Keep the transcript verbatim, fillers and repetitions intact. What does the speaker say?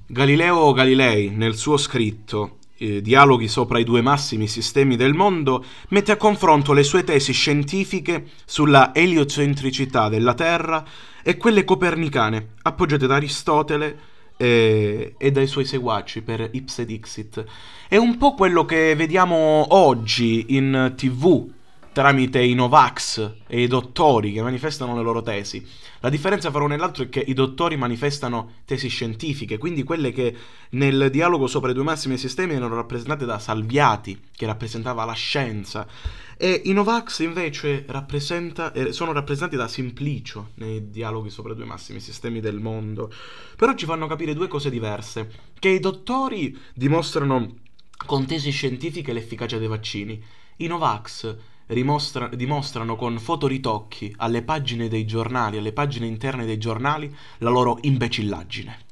Galileo Galilei, nel suo scritto eh, Dialoghi sopra i due massimi sistemi del mondo, mette a confronto le sue tesi scientifiche sulla eliocentricità della Terra e quelle copernicane, appoggiate da Aristotele eh, e dai suoi seguaci per ipse dixit. È un po' quello che vediamo oggi in T V tramite i Novax e i dottori che manifestano le loro tesi. La differenza fra uno e l'altro è che i dottori manifestano tesi scientifiche, quindi quelle che nel dialogo sopra i due massimi sistemi erano rappresentate da Salviati, che rappresentava la scienza, e i Novax invece rappresenta, eh, sono rappresentati da Simplicio nei dialoghi sopra i due massimi sistemi del mondo. Però ci fanno capire due cose diverse, che i dottori dimostrano con tesi scientifiche l'efficacia dei vaccini, i Novax rimostra- dimostrano con fotoritocchi alle pagine dei giornali, alle pagine interne dei giornali, la loro imbecillaggine.